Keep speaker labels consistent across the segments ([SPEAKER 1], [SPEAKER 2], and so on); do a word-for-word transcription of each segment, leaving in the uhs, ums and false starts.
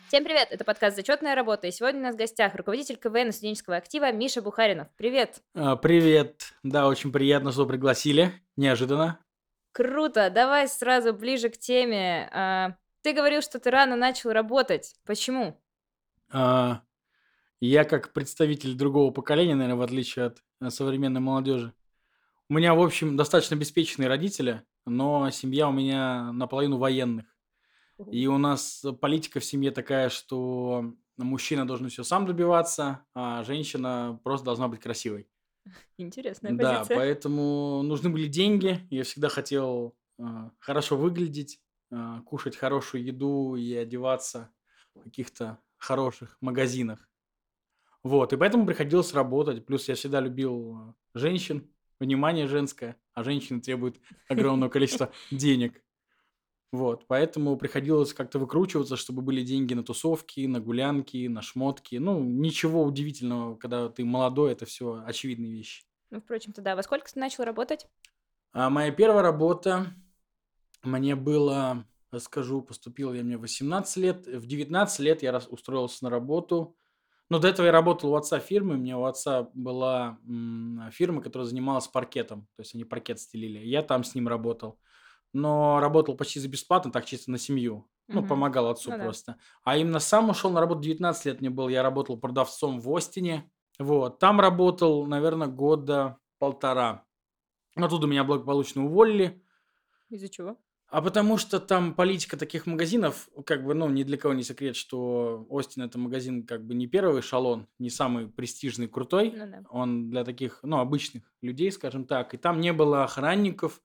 [SPEAKER 1] Всем привет! Это подкаст «Зачетная работа», и сегодня у нас в гостях руководитель КВН и студенческого актива Миша Бухаринов. Привет!
[SPEAKER 2] А, Привет. Да, очень приятно, что пригласили. Неожиданно.
[SPEAKER 1] Круто! Давай сразу ближе к теме. А, Ты говорил, что ты рано начал работать. Почему?
[SPEAKER 2] А, Я как представитель другого поколения, наверное, в отличие от э, современной молодежи. У меня, в общем, достаточно обеспеченные родители, но семья у меня наполовину военных. И у нас э, политика в семье такая, что мужчина должен все сам добиваться, а женщина просто должна быть красивой.
[SPEAKER 1] Интересная
[SPEAKER 2] Да,
[SPEAKER 1] позиция.
[SPEAKER 2] поэтому нужны были деньги. Я всегда хотел а, хорошо выглядеть, а, кушать хорошую еду и одеваться в каких-то хороших магазинах. Вот, и поэтому приходилось работать. Плюс я всегда любил а, женщин, внимание женское, а женщины требуют огромного количества денег. Вот, поэтому приходилось как-то выкручиваться, чтобы были деньги на тусовки, на гулянки, на шмотки. Ну, ничего удивительного, когда ты молодой, это все очевидные вещи.
[SPEAKER 1] Ну, впрочем-то, да. Во сколько ты начал работать?
[SPEAKER 2] А моя первая работа, мне было, расскажу, поступил я мне в восемнадцать лет. В девятнадцать лет я рас устроился на работу. Но до этого я работал у отца фирмы. У меня у отца была, м, фирма, которая занималась паркетом. То есть они паркет стелили. Я там с ним работал. Но работал почти за бесплатно, так чисто на семью. Ну,
[SPEAKER 1] Мгм.
[SPEAKER 2] помогал отцу
[SPEAKER 1] Ну да.
[SPEAKER 2] просто. А именно сам ушел на работу, девятнадцать лет мне было. Я работал продавцом в Остине. Вот. Там работал, наверное, года полтора. Оттуда меня благополучно уволили.
[SPEAKER 1] Из-за чего?
[SPEAKER 2] А потому что там политика таких магазинов, как бы, ну, ни для кого не секрет, что Остин — это магазин как бы не первый эшелон, не самый престижный, крутой.
[SPEAKER 1] Ну да.
[SPEAKER 2] Он для таких, ну, обычных людей, скажем так. И там не было охранников,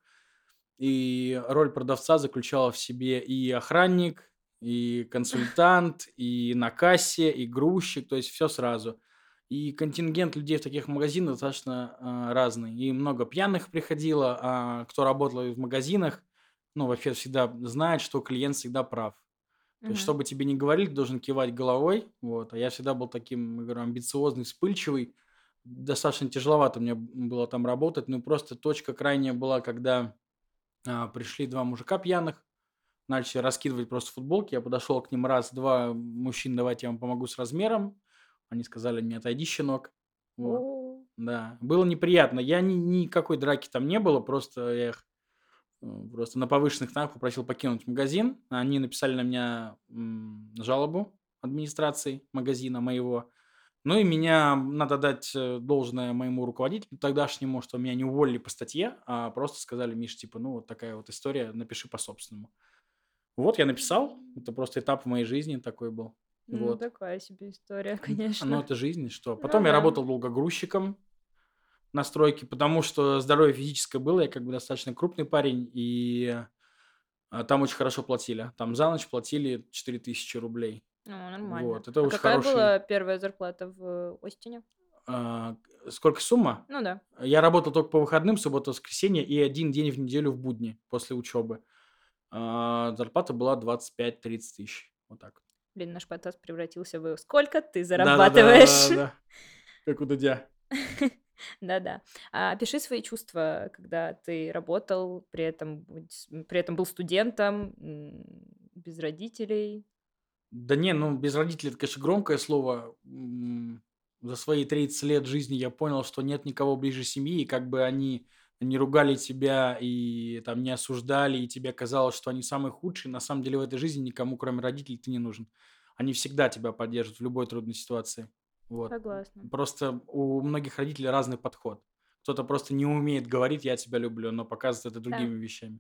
[SPEAKER 2] и роль продавца заключала в себе и охранник, и консультант, и на кассе, и грузчик, то есть все сразу. И контингент людей в таких магазинах достаточно а, разный. И много пьяных приходило, а кто работал в магазинах, ну, вообще всегда знает, что клиент всегда прав. То есть, что
[SPEAKER 1] Мгм.
[SPEAKER 2] бы тебе ни говорили, ты должен кивать головой. Вот. А я всегда был таким, я говорю, амбициозный, вспыльчивый. Достаточно тяжеловато мне было там работать. Ну, просто точка крайняя была, когда а, пришли два мужика пьяных, начали раскидывать просто футболки. Я подошел к ним раз, два: "Мужчин, давайте я вам помогу с размером". Они сказали мне: "Отойди, щенок". Вот.
[SPEAKER 1] О,
[SPEAKER 2] Да, было неприятно. Я ни никакой драки там не было, просто я их, э, просто на повышенных тонах попросил покинуть магазин. Они написали на меня, м, жалобу администрации магазина моего. Ну и меня, надо дать, э, должное моему руководителю тогдашнему, что меня не уволили по статье, а просто сказали: "Миш, типа, ну, вот такая вот история, напиши по-собственному". Вот я написал. Это просто этап в моей жизни такой был.
[SPEAKER 1] ну
[SPEAKER 2] Вот.
[SPEAKER 1] такая себе история,
[SPEAKER 2] Да, но
[SPEAKER 1] конечно.
[SPEAKER 2] это жизнь, что.
[SPEAKER 1] Ну
[SPEAKER 2] Потом я
[SPEAKER 1] да.
[SPEAKER 2] работал долго грузчиком на стройке, потому что здоровье физическое было. Я как бы достаточно крупный парень, и, а, там очень хорошо платили. Там за ночь платили четыре тысячи рублей.
[SPEAKER 1] О, нормально.
[SPEAKER 2] Вот. Это
[SPEAKER 1] А
[SPEAKER 2] очень
[SPEAKER 1] какая
[SPEAKER 2] хороший.
[SPEAKER 1] была первая зарплата в Остине?
[SPEAKER 2] А, сколько сумма?
[SPEAKER 1] Ну да.
[SPEAKER 2] Я работал только по выходным, суббота, воскресенье и один день в неделю в будни после учебы. А, зарплата была двадцать пять тридцать тысяч. Вот так.
[SPEAKER 1] Блин, наш подкаст превратился в "Сколько ты зарабатываешь?"
[SPEAKER 2] Да-да-да-да-да. Как у Дудя.
[SPEAKER 1] Да-да. А опиши свои чувства, когда ты работал, при этом будь при этом был студентом, м, без родителей.
[SPEAKER 2] Да не, ну, без родителей — это, конечно, громкое слово. М, за свои тридцать лет жизни я понял, что нет никого ближе семьи, и как бы они не ругали тебя и там не осуждали, и тебе казалось, что они самые худшие, на самом деле в этой жизни никому, кроме родителей, ты не нужен. Они всегда тебя поддержат в любой трудной ситуации. Вот.
[SPEAKER 1] Согласна.
[SPEAKER 2] Просто у многих родителей разный подход. Кто-то просто не умеет говорить "я тебя люблю", но показывает это
[SPEAKER 1] Да.
[SPEAKER 2] другими вещами.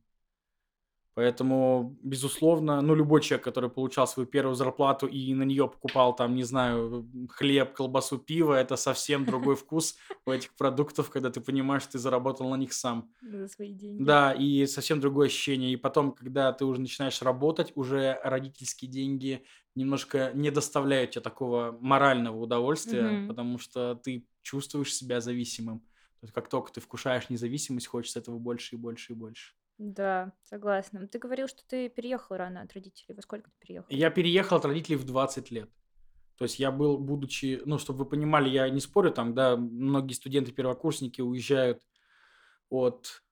[SPEAKER 2] Поэтому, безусловно, ну, любой человек, который получал свою первую зарплату и на нее покупал там, не знаю, м, хлеб, колбасу, пиво — это совсем другой вкус у этих продуктов, когда ты понимаешь, что ты заработал на них сам.
[SPEAKER 1] За свои деньги.
[SPEAKER 2] Да, и совсем другое ощущение. И потом, когда ты уже начинаешь работать, уже родительские деньги немножко не доставляют тебе такого морального удовольствия,
[SPEAKER 1] Мгм.
[SPEAKER 2] потому что ты чувствуешь себя зависимым. То есть как только ты вкушаешь независимость, хочется этого больше и больше и больше.
[SPEAKER 1] Да, согласна. Ты говорил, что ты переехал рано от родителей. Во сколько ты переехал?
[SPEAKER 2] Я переехал от родителей в двадцать лет. То есть я был, будучи, ну, чтобы вы понимали, я не спорю, там, да, многие студенты-первокурсники уезжают от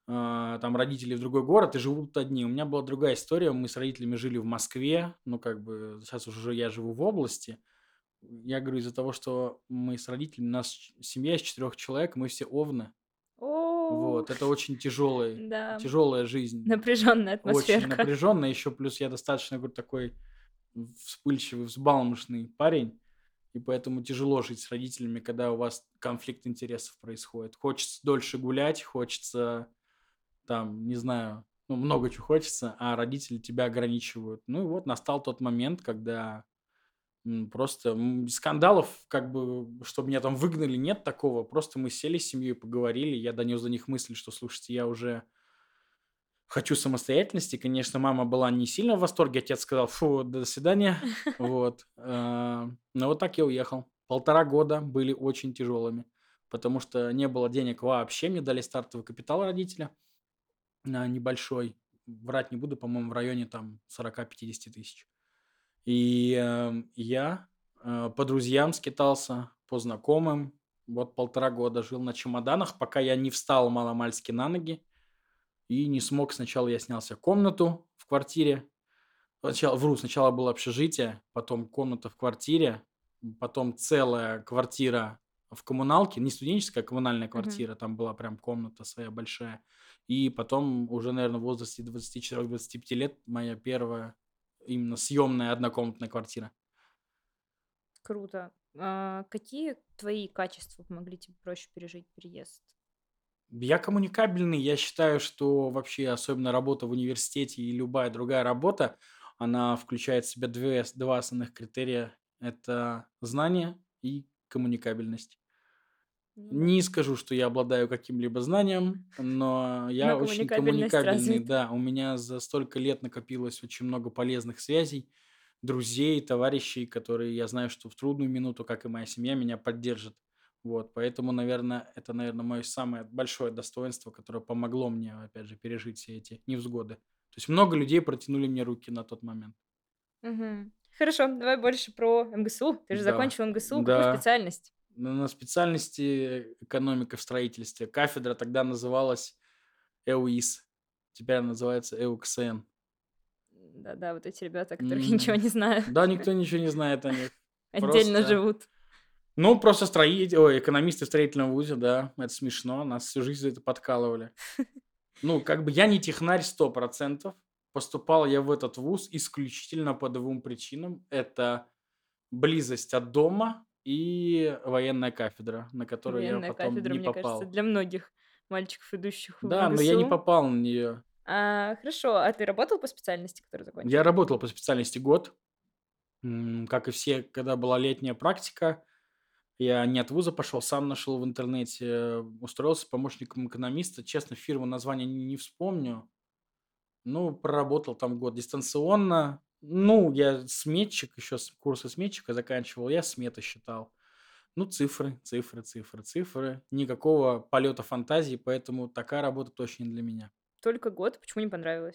[SPEAKER 2] а, там родители в другой город и живут одни. У меня была другая история. Мы с родителями жили в Москве. Ну, как бы сейчас уже я живу в области. Я говорю, из-за того, что мы с родителями, у нас ч- семья из четырех человек, мы все овны.
[SPEAKER 1] О,
[SPEAKER 2] Вот, это очень тяжелый,
[SPEAKER 1] да,
[SPEAKER 2] тяжелая жизнь,
[SPEAKER 1] напряженная
[SPEAKER 2] очень
[SPEAKER 1] атмосферка.
[SPEAKER 2] напряженная. Еще плюс я достаточно, говорю, такой вспыльчивый, взбалмошный парень. И поэтому тяжело жить с родителями, когда у вас конфликт интересов происходит. Хочется дольше гулять, хочется там, не знаю, ну, много чего хочется, а родители тебя ограничивают. Ну и вот настал тот момент, когда м, просто м, скандалов, как бы, чтобы меня там выгнали, нет такого. Просто мы сели с семьей, поговорили, я донес до них мысль, что, слушайте, я уже хочу самостоятельности. Конечно, мама была не сильно в восторге, отец сказал, фу, до свидания. Вот. а, Но вот так я уехал. Полтора года были очень тяжелыми, потому что не было денег вообще. Мне дали стартовый капитал родителя на небольшой. Врать не буду, по-моему, в районе там сорок-пятьдесят тысяч. И эм, я э, по друзьям скитался, по знакомым. Вот полтора года жил на чемоданах, пока я не встал маломальски на ноги и не смог. Сначала я снял себе комнату в квартире. Сначала, вру, сначала было общежитие, потом комната в квартире, м, потом целая квартира в коммуналке, не студенческая, а коммунальная
[SPEAKER 1] Мгм.
[SPEAKER 2] квартира, там была прям комната своя большая. И потом уже, наверное, в возрасте двадцати четырёх двадцати пяти лет моя первая именно съемная однокомнатная квартира.
[SPEAKER 1] Круто. А, какие твои качества помогли тебе проще пережить переезд?
[SPEAKER 2] Я коммуникабельный. Я считаю, что вообще, особенно работа в университете и любая другая работа, она включает в себя две, с- два основных критерия. Это знание и коммуникабельность.
[SPEAKER 1] Ну да.
[SPEAKER 2] Не скажу, что я обладаю каким-либо знанием, но
[SPEAKER 1] Но
[SPEAKER 2] я очень
[SPEAKER 1] коммуникабельность
[SPEAKER 2] коммуникабельный.
[SPEAKER 1] развита.
[SPEAKER 2] Да, у меня за столько лет накопилось очень много полезных связей, друзей, товарищей, которые я знаю, что в трудную минуту, как и моя семья, меня поддержат. Вот, поэтому, наверное, это, наверное, мое самое большое достоинство, которое помогло мне, опять же, пережить все эти невзгоды. То есть много людей протянули мне руки на тот момент.
[SPEAKER 1] Мгм. Хорошо, давай больше про эм гэ эс у. Ты же
[SPEAKER 2] Да,
[SPEAKER 1] закончил эм гэ эс у. Какую
[SPEAKER 2] да.
[SPEAKER 1] специальность?
[SPEAKER 2] На на специальности экономика в строительстве. Кафедра тогда называлась э у ис, теперь она называется э у икс эн.
[SPEAKER 1] Да-да, вот эти ребята, о которых я ничего
[SPEAKER 2] М,
[SPEAKER 1] не знаю,
[SPEAKER 2] да, никто ничего не знает о них.
[SPEAKER 1] отдельно
[SPEAKER 2] Просто,
[SPEAKER 1] живут.
[SPEAKER 2] ну, просто строить ой, экономисты в строительном вузе, да, это смешно, нас всю жизнь за это подкалывали. Ну, как бы я не технарь сто процентов. Поступал я в этот вуз исключительно по двум причинам. Это близость от дома и военная кафедра, на которую я
[SPEAKER 1] Военная
[SPEAKER 2] потом
[SPEAKER 1] кафедра,
[SPEAKER 2] не
[SPEAKER 1] мне кажется,
[SPEAKER 2] попал.
[SPEAKER 1] для многих мальчиков, идущих в
[SPEAKER 2] Да, но я не
[SPEAKER 1] эм гэ эс у.
[SPEAKER 2] попал на нее.
[SPEAKER 1] А, хорошо, а ты работал по специальности, которую
[SPEAKER 2] Я
[SPEAKER 1] закончил?
[SPEAKER 2] работал по специальности год. М, как и все, когда была летняя практика, я не от вуза пошел, сам нашел в интернете, э, устроился помощником экономиста. Честно, фирму название не не вспомню. Ну, проработал там год дистанционно. Ну, я сметчик, еще с курсы сметчика заканчивал, я сметы считал. Ну, цифры, цифры, цифры, цифры. Никакого полета фантазии, поэтому такая работа точно не для меня.
[SPEAKER 1] Только год, почему не понравилось?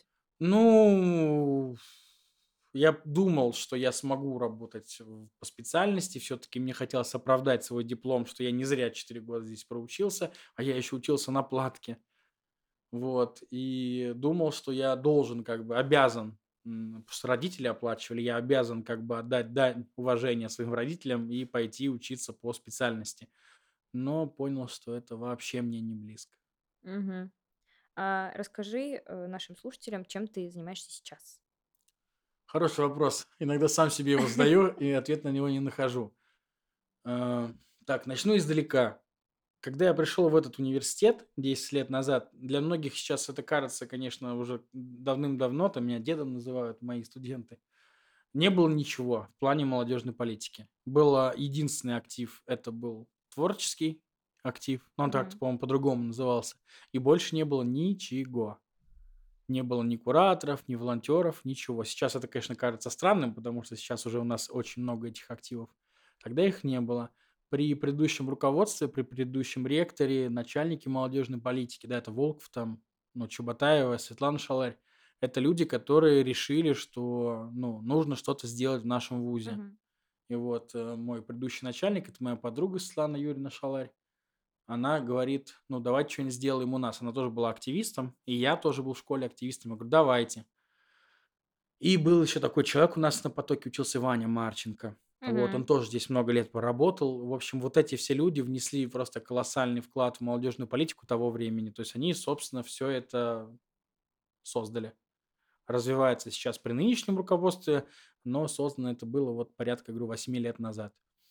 [SPEAKER 2] Ну, я думал, что я смогу работать в по специальности. Все таки мне хотелось оправдать свой диплом, что я не зря четыре года здесь проучился, а я еще учился на платке. Вот, и думал, что я должен, как бы обязан, м, потому что родители оплачивали, я обязан как бы отдать дань уважения своим родителям и пойти учиться по специальности. Но понял, что это вообще мне не близко.
[SPEAKER 1] Мгм. А расскажи, э, нашим слушателям, чем ты занимаешься сейчас?
[SPEAKER 2] Хороший вопрос. Иногда сам себе его задаю и ответ на него не нахожу. А, так, начну издалека. Когда я пришел в этот университет десять лет назад, для многих сейчас это кажется, конечно, уже давным-давно, там меня дедом называют мои студенты. Не было ничего в плане молодежной политики. Было единственный актив, это был творческий актив, но он так,
[SPEAKER 1] Мгм.
[SPEAKER 2] по-моему, по-другому назывался. И больше не было ничего. Не было ни кураторов, ни волонтеров, ничего. Сейчас это, конечно, кажется странным, потому что сейчас уже у нас очень много этих активов. Тогда их не было. При предыдущем руководстве, при предыдущем ректоре, начальнике молодежной политики, да, это Волков там, ну, Чеботаева, Светлана Шаларь, это люди, которые решили, что, ну, нужно что-то сделать в нашем вузе.
[SPEAKER 1] Мгм.
[SPEAKER 2] И вот э, мой предыдущий начальник, это моя подруга Светлана Юрьевна Шаларь, она говорит: "Ну, давайте чё-нибудь сделаем у нас". Она тоже была активистом, и я тоже был в школе активистом. Я говорю: "Давайте". И был еще такой человек у нас на потоке учился, Ваня Марченко. Вот,
[SPEAKER 1] Мгм.
[SPEAKER 2] он тоже здесь много лет поработал. В общем, вот эти все люди внесли просто колоссальный вклад в молодежную политику того времени. То есть они, собственно, все это создали. Развивается сейчас при нынешнем руководстве, но создано это было вот порядка, говорю, восьми лет назад.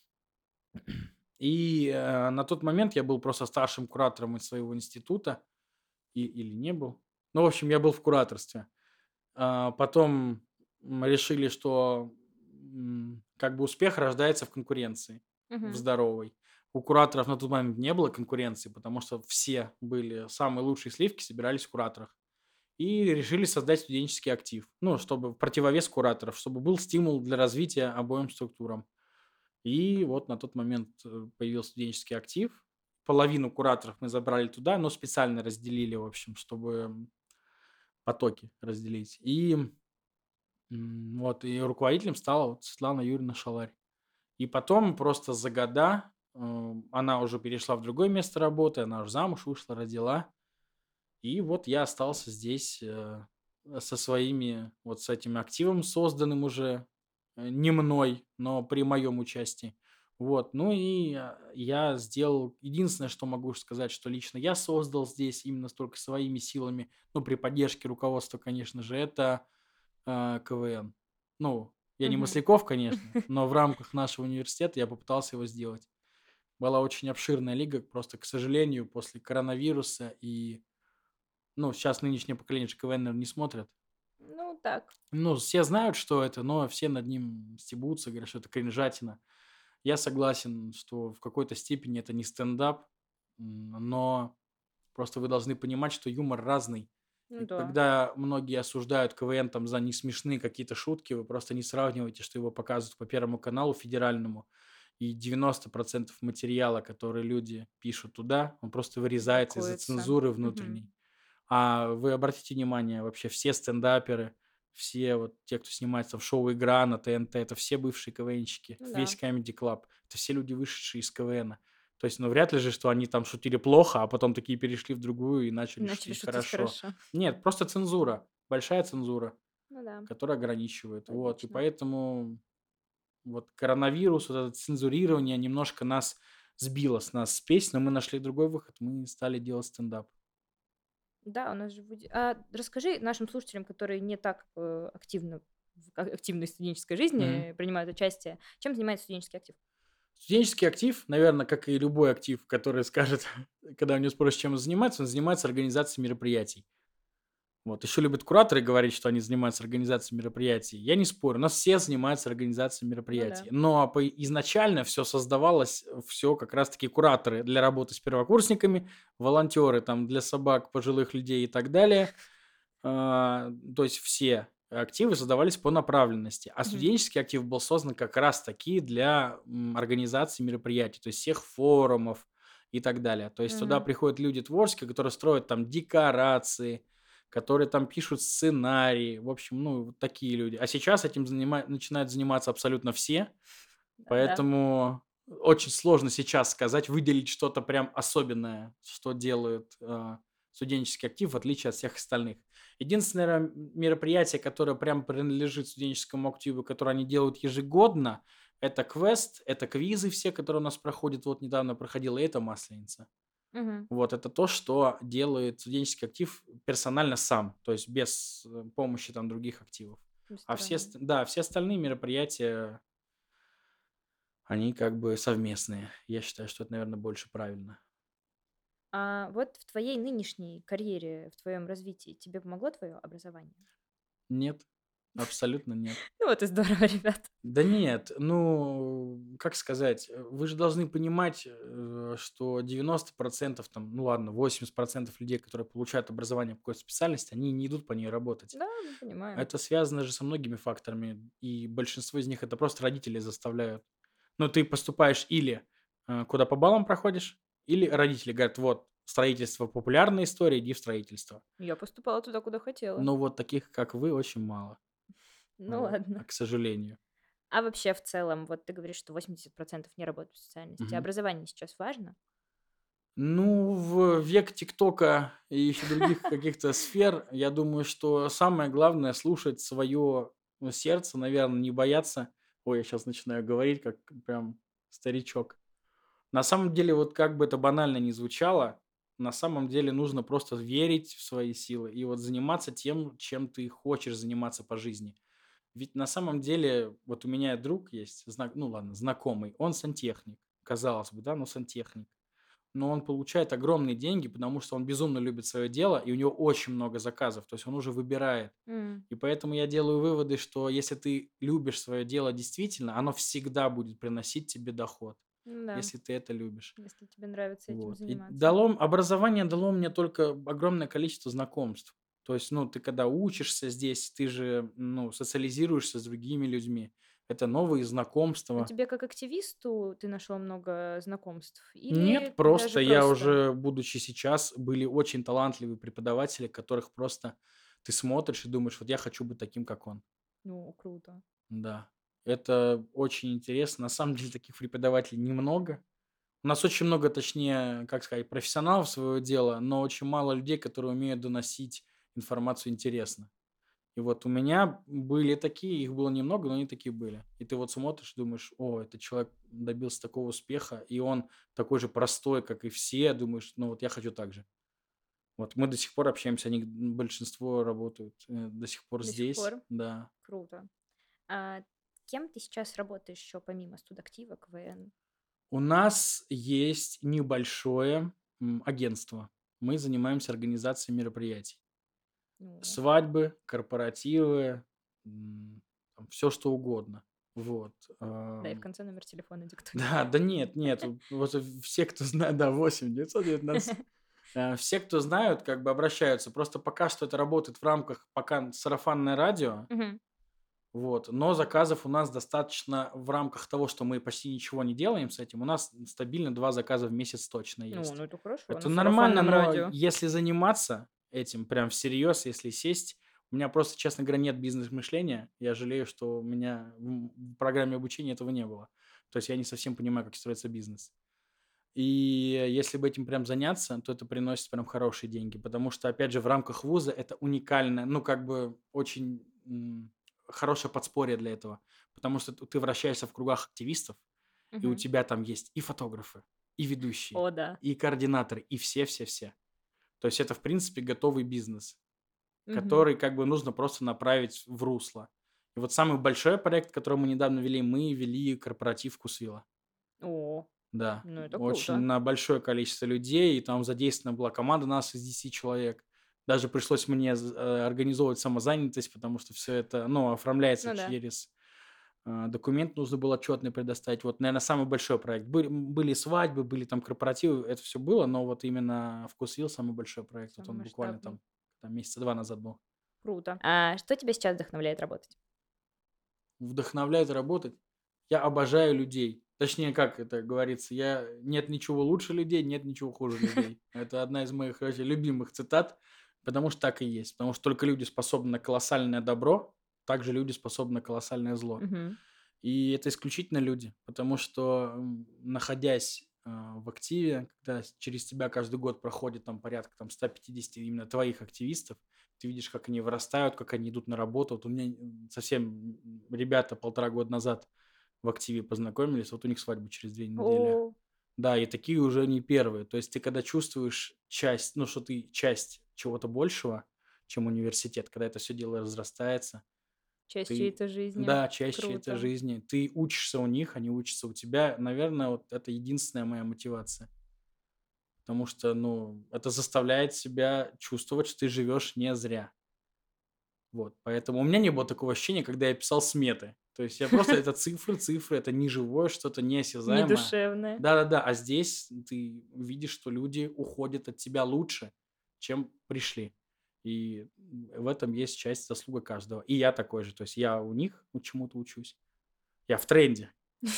[SPEAKER 2] И, э, на тот момент я был просто старшим куратором из своего института, и или не был. Ну, в общем, я был в кураторстве. А, потом, м, решили, что, м, как бы успех рождается в конкуренции, в
[SPEAKER 1] Мгм.
[SPEAKER 2] здоровой. У кураторов на тот момент не было конкуренции, потому что все были самые лучшие сливки собирались в кураторах. И решили создать студенческий актив. Ну, чтобы в противовес кураторов, чтобы был стимул для развития обоим структурам. И вот на тот момент, э, появился студенческий актив. Половину кураторов мы забрали туда, но специально разделили, в общем, чтобы потоки разделить. И М, вот, и руководителем стала вот Светлана Юрьевна Шаларь. И потом просто за года, э, она уже перешла в другое место работы, она уже замуж вышла, родила. И вот я остался здесь, э, со своими, вот с этим активом, созданным уже, э, не мной, но при моем участии. Вот, ну и, а, я сделал единственное, что могу сказать, что лично я создал здесь именно столько своими силами, ну, при поддержке руководства, конечно же, это а, КВН. Ну, я не
[SPEAKER 1] Мгм.
[SPEAKER 2] Масляков, конечно, но в рамках нашего университета я попытался его сделать. Была очень обширная лига, просто, к сожалению, после коронавируса и, ну, сейчас нынешнее поколение же КВН, наверно, не смотрят.
[SPEAKER 1] Ну, так.
[SPEAKER 2] Ну, все знают, что это, но все над ним стебутся, говорят, что это кринжатина. Я согласен, что в какой-то степени это не стендап, м, но просто вы должны понимать, что юмор разный.
[SPEAKER 1] Ну
[SPEAKER 2] И
[SPEAKER 1] да.
[SPEAKER 2] когда многие осуждают КВН там за несмешные какие-то шутки, вы просто не сравниваете, что его показывают по Первому каналу федеральному, и девяносто процентов материала, который люди пишут туда, он просто вырезается из-за
[SPEAKER 1] Публикуется.
[SPEAKER 2] цензуры
[SPEAKER 1] Мгм.
[SPEAKER 2] внутренней. А вы обратите внимание, вообще все стендаперы, все вот те, кто снимается в шоу "Игра" на Т Н Т, это все бывшие КВНщики.
[SPEAKER 1] Ну
[SPEAKER 2] Весь
[SPEAKER 1] да.
[SPEAKER 2] Comedy Club — это все люди, вышедшие из КВНа. То есть, ну, вряд ли же, что они там шутили плохо, а потом такие перешли в другую и
[SPEAKER 1] И
[SPEAKER 2] начали
[SPEAKER 1] начали
[SPEAKER 2] шутить
[SPEAKER 1] шутить
[SPEAKER 2] хорошо.
[SPEAKER 1] хорошо.
[SPEAKER 2] Нет, просто цензура, большая цензура,
[SPEAKER 1] Ну да,
[SPEAKER 2] которая ограничивает. Вот, и
[SPEAKER 1] логично.
[SPEAKER 2] поэтому вот коронавирус, вот это цензурирование немножко нас сбило с нас спесь, но мы нашли другой выход, мы стали делать стендап.
[SPEAKER 1] Да, у нас же будет. А расскажи нашим слушателям, которые не так, э, активно в а активной студенческой
[SPEAKER 2] Мгм.
[SPEAKER 1] жизни принимают участие, чем занимается студенческий актив?
[SPEAKER 2] Студенческий актив, наверное, как и любой актив, который скажет, когда у него спросят, чем он занимается, он занимается организацией мероприятий. Вот. Еще любят кураторы говорить, что они занимаются организацией мероприятий. Я не спорю, у нас все занимаются организацией
[SPEAKER 1] Ну да.
[SPEAKER 2] мероприятий. Но по изначально все создавалось, все как раз-таки кураторы для работы с первокурсниками, волонтеры там для собак, пожилых людей и так далее. А, то есть все активы создавались по направленности, а
[SPEAKER 1] Мгм.
[SPEAKER 2] студенческий актив был создан как раз таки для, м, организации мероприятий, то есть всех форумов и так далее. То есть туда
[SPEAKER 1] Мгм.
[SPEAKER 2] приходят люди творческие, которые строят там декорации, которые там пишут сценарии. В общем, ну, вот такие люди. А сейчас этим занима начинают заниматься абсолютно все,
[SPEAKER 1] А, да.
[SPEAKER 2] поэтому очень сложно сейчас сказать, выделить что-то прям особенное, что делают, а, студенческий актив, в отличие от всех остальных. Единственное, наверно, мероприятие, которое прям принадлежит студенческому активу, которое они делают ежегодно — это квест, это квизы все, которые у нас проходят. Вот недавно проходила, и это Масленица.
[SPEAKER 1] Мгм.
[SPEAKER 2] Вот это то, что делает студенческий актив персонально сам, то есть без, э, помощи там других активов.
[SPEAKER 1] Со
[SPEAKER 2] А все
[SPEAKER 1] стороны.
[SPEAKER 2] ост да, все остальные мероприятия, они как бы совместные. Я считаю, что это, наверное, больше правильно.
[SPEAKER 1] А вот в твоей нынешней карьере, в твоем развитии тебе помогло твое образование?
[SPEAKER 2] Нет, абсолютно нет.
[SPEAKER 1] Ну вот и здорово, ребят.
[SPEAKER 2] Да нет, ну, как сказать, э, вы же должны понимать, э, что девяносто процентов там, ну ладно, восемьдесят процентов людей, которые получают образование по какой-то специальности, они не идут по ней работать.
[SPEAKER 1] Да, мы понимаем.
[SPEAKER 2] Это связано же со многими факторами, и большинство из них — это просто родители заставляют. Ну, ты поступаешь или, э, куда по баллам проходишь, или родители говорят: "Вот, строительство — популярная история, иди в строительство".
[SPEAKER 1] Я поступала туда, куда хотела.
[SPEAKER 2] Но вот таких, как вы, очень мало.
[SPEAKER 1] Ну
[SPEAKER 2] Вот, а,
[SPEAKER 1] ладно.
[SPEAKER 2] к сожалению.
[SPEAKER 1] А вообще в целом, вот ты говоришь, что восемьдесят процентов не работают в специальности.
[SPEAKER 2] Мгм.
[SPEAKER 1] Образование сейчас важно?
[SPEAKER 2] Ну, в век ТикТока и еще других каких-то сфер, я думаю, что самое главное слушать свое сердце, наверное, не бояться. Ой, я сейчас начинаю говорить, как прям старичок. На самом деле, вот как бы это банально ни звучало, на самом деле нужно просто верить в свои силы и вот заниматься тем, чем ты хочешь заниматься по жизни. Ведь на самом деле, вот у меня друг есть, зна- ну ладно, знакомый, он сантехник, казалось бы, да, но сантехник. Но он получает огромные деньги, потому что он безумно любит свое дело, и у него очень много заказов, то есть он уже выбирает.
[SPEAKER 1] М,
[SPEAKER 2] И поэтому я делаю выводы, что если ты любишь свое дело действительно, оно всегда будет приносить тебе доход,
[SPEAKER 1] ну да,
[SPEAKER 2] если ты это любишь.
[SPEAKER 1] если тебе нравится этим
[SPEAKER 2] Вот. И
[SPEAKER 1] заниматься.
[SPEAKER 2] дало, образование дало мне только огромное количество знакомств. То есть, ну, ты когда учишься здесь, ты же, ну, социализируешься с другими людьми. Это новые
[SPEAKER 1] Ну,
[SPEAKER 2] знакомства.
[SPEAKER 1] тебе как активисту ты нашел много знакомств
[SPEAKER 2] Нет,
[SPEAKER 1] или даже
[SPEAKER 2] просто я
[SPEAKER 1] просто?
[SPEAKER 2] уже, будучи сейчас, были очень талантливые преподаватели, которых просто ты смотришь и думаешь, вот я хочу быть таким, как он.
[SPEAKER 1] Ну, круто.
[SPEAKER 2] Да, это очень интересно. На самом деле таких преподавателей немного. У нас очень много, точнее, как сказать, профессионалов своего дела, но очень мало людей, которые умеют доносить информацию интересно. И вот у меня были такие, их было немного, но они такие были. И ты вот смотришь, думаешь, о, этот человек добился такого успеха, и он такой же простой, как и все, думаешь, ну вот я хочу так же. Вот мы до сих пор общаемся, они, м, большинство работают э, до сих пор
[SPEAKER 1] До сих
[SPEAKER 2] здесь,
[SPEAKER 1] пор?
[SPEAKER 2] да.
[SPEAKER 1] Круто. А кем ты сейчас работаешь еще помимо студактива, КВН?
[SPEAKER 2] У нас есть небольшое м, агентство. Мы занимаемся организацией мероприятий.
[SPEAKER 1] Ну,
[SPEAKER 2] Свадьбы, корпоративы, все что угодно. Вот.
[SPEAKER 1] да, и в
[SPEAKER 2] ам,
[SPEAKER 1] конце номер телефона диктуй.
[SPEAKER 2] Да, да нет, нет, вот все, кто знает, да, восемь девятьсот девятнадцать. Э, все, кто знают, как бы обращаются. Просто пока что это работает в рамках пока сарафанное радио,
[SPEAKER 1] Мгм.
[SPEAKER 2] вот, но заказов у нас достаточно в рамках того, что мы почти ничего не делаем с этим. У нас стабильно два заказа в месяц точно
[SPEAKER 1] Ну, ну
[SPEAKER 2] есть.
[SPEAKER 1] это хорошо,
[SPEAKER 2] Это
[SPEAKER 1] на
[SPEAKER 2] нормально,
[SPEAKER 1] сарафанном
[SPEAKER 2] но
[SPEAKER 1] радио.
[SPEAKER 2] если заниматься этим прям всерьез, если сесть, у меня просто, честно говоря, нет бизнес-мышления. Я жалею, что у меня в в программе обучения этого не было. То есть я не совсем понимаю, как строится бизнес. И если бы этим прям заняться, то это приносит прям хорошие деньги, потому что, опять же, в рамках вуза это уникально, ну, как бы очень м, хорошее подспорье для этого, потому что т- ты вращаешься в кругах активистов, и у
[SPEAKER 1] Мгм.
[SPEAKER 2] тебя там есть и фотографы, и ведущие,
[SPEAKER 1] О, да.
[SPEAKER 2] и координаторы, и все-все-все. То есть это, в принципе, готовый бизнес,
[SPEAKER 1] Мгм.
[SPEAKER 2] который как бы нужно просто направить в русло. И вот самый большой проект, который мы недавно вели, мы вели корпоратив «Вкусвилла».
[SPEAKER 1] О,
[SPEAKER 2] Да,
[SPEAKER 1] ну это
[SPEAKER 2] очень
[SPEAKER 1] круто.
[SPEAKER 2] на большое количество людей, и там задействована была команда нас из десяти человек. Даже пришлось мне з э, организовывать самозанятость, потому что все это, ну, оформляется
[SPEAKER 1] Ну да.
[SPEAKER 2] через, а, документ нужно было отчетный предоставить. Вот, наверное, самый большой проект. Были м, были свадьбы, были там корпоративы, это все было, но вот именно «Вкусвилл» самый большой проект. Вот
[SPEAKER 1] Самый
[SPEAKER 2] он буквально
[SPEAKER 1] масштабный.
[SPEAKER 2] там там месяца два назад был.
[SPEAKER 1] Круто. А что тебя сейчас вдохновляет работать?
[SPEAKER 2] Вдохновляет работать. Я обожаю людей. Точнее, как это говорится, я нет ничего лучше людей, нет ничего хуже людей. Это одна из моих вообще любимых цитат, потому что так и есть. Потому что только люди способны на колоссальное добро, также люди способны на колоссальное зло.
[SPEAKER 1] Мгм.
[SPEAKER 2] И это исключительно люди, потому что, м, находясь, а, в активе, когда с через тебя каждый год проходит там порядка там ста пятидесяти именно твоих активистов, ты видишь, как они вырастают, как они идут на работу. Вот у меня, м, совсем, м, ребята полтора года назад в активе познакомились, вот у них свадьба через две недели.
[SPEAKER 1] О,
[SPEAKER 2] Да, и такие уже не первые. То есть ты когда чувствуешь часть, ну, что ты часть чего-то большего, чем университет, когда это все дело разрастается,
[SPEAKER 1] часть
[SPEAKER 2] ты,
[SPEAKER 1] чьей-то жизни.
[SPEAKER 2] да, часть чьей-то
[SPEAKER 1] Круто.
[SPEAKER 2] жизни. Ты учишься у них, они учатся у тебя. Наверное, вот это единственная моя мотивация. Потому что, ну, это заставляет себя чувствовать, что ты живешь не зря. Вот. Поэтому у меня не было такого ощущения, когда я писал сметы. То есть я просто это цифры, цифры, это неживое, что-то неосязаемое.
[SPEAKER 1] Недушевная.
[SPEAKER 2] Да-да-да. А здесь ты видишь, что люди уходят от тебя лучше, чем пришли. И в этом есть часть заслуга каждого. И я такой же. То есть я у них ну, чему-то учусь. Я в тренде.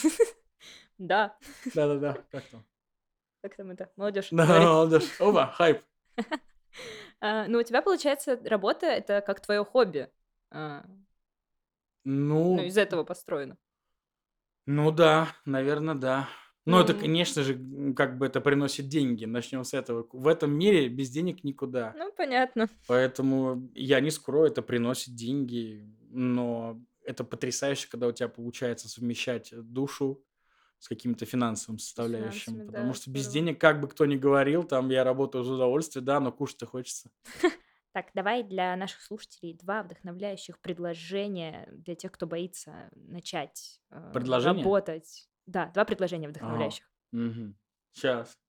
[SPEAKER 1] Да.
[SPEAKER 2] Да-да-да. Как там?
[SPEAKER 1] Как там это молодежь
[SPEAKER 2] Да,
[SPEAKER 1] говорит?
[SPEAKER 2] молодежь. Опа, хайп.
[SPEAKER 1] А, ну, у тебя, получается, работа — это как твое хобби. А, ну,
[SPEAKER 2] Ну,
[SPEAKER 1] из этого построено.
[SPEAKER 2] ну да, наверное, да. Ну, это,
[SPEAKER 1] Ну,
[SPEAKER 2] конечно же, м, как бы это приносит деньги. Начнем с этого. В этом мире без денег никуда.
[SPEAKER 1] ну, понятно.
[SPEAKER 2] Поэтому я не скрою, это приносит деньги, но это потрясающе, когда у тебя получается совмещать душу с каким-то финансовым
[SPEAKER 1] С
[SPEAKER 2] составляющим.
[SPEAKER 1] финансами,
[SPEAKER 2] Потому
[SPEAKER 1] да,
[SPEAKER 2] что без
[SPEAKER 1] здорово.
[SPEAKER 2] денег, как бы кто ни говорил, там я работаю за удовольствие, да, но кушать-то хочется.
[SPEAKER 1] Так, давай для наших слушателей два вдохновляющих предложения для тех, кто боится начать э,
[SPEAKER 2] Предложение?
[SPEAKER 1] работать. Да, два предложения
[SPEAKER 2] Ага.
[SPEAKER 1] вдохновляющих.
[SPEAKER 2] Мгм. Сейчас.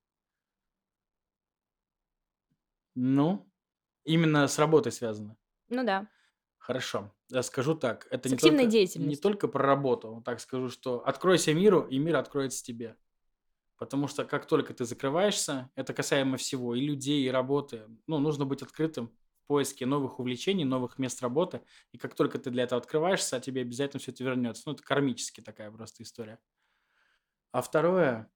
[SPEAKER 2] Ну, именно с работой связано.
[SPEAKER 1] Ну да,
[SPEAKER 2] Хорошо. Я скажу так, это
[SPEAKER 1] с
[SPEAKER 2] не
[SPEAKER 1] активной
[SPEAKER 2] только не
[SPEAKER 1] деятельностью.
[SPEAKER 2] только про работу. Так скажу, что откройся миру, и мир откроется тебе. Потому что как только ты закрываешься, это касаемо всего, и людей, и работы, ну, нужно быть открытым в поиске новых увлечений, новых мест работы. И как только ты для этого открываешься, тебе обязательно все это вернется. Ну, это кармически такая просто история. А второе,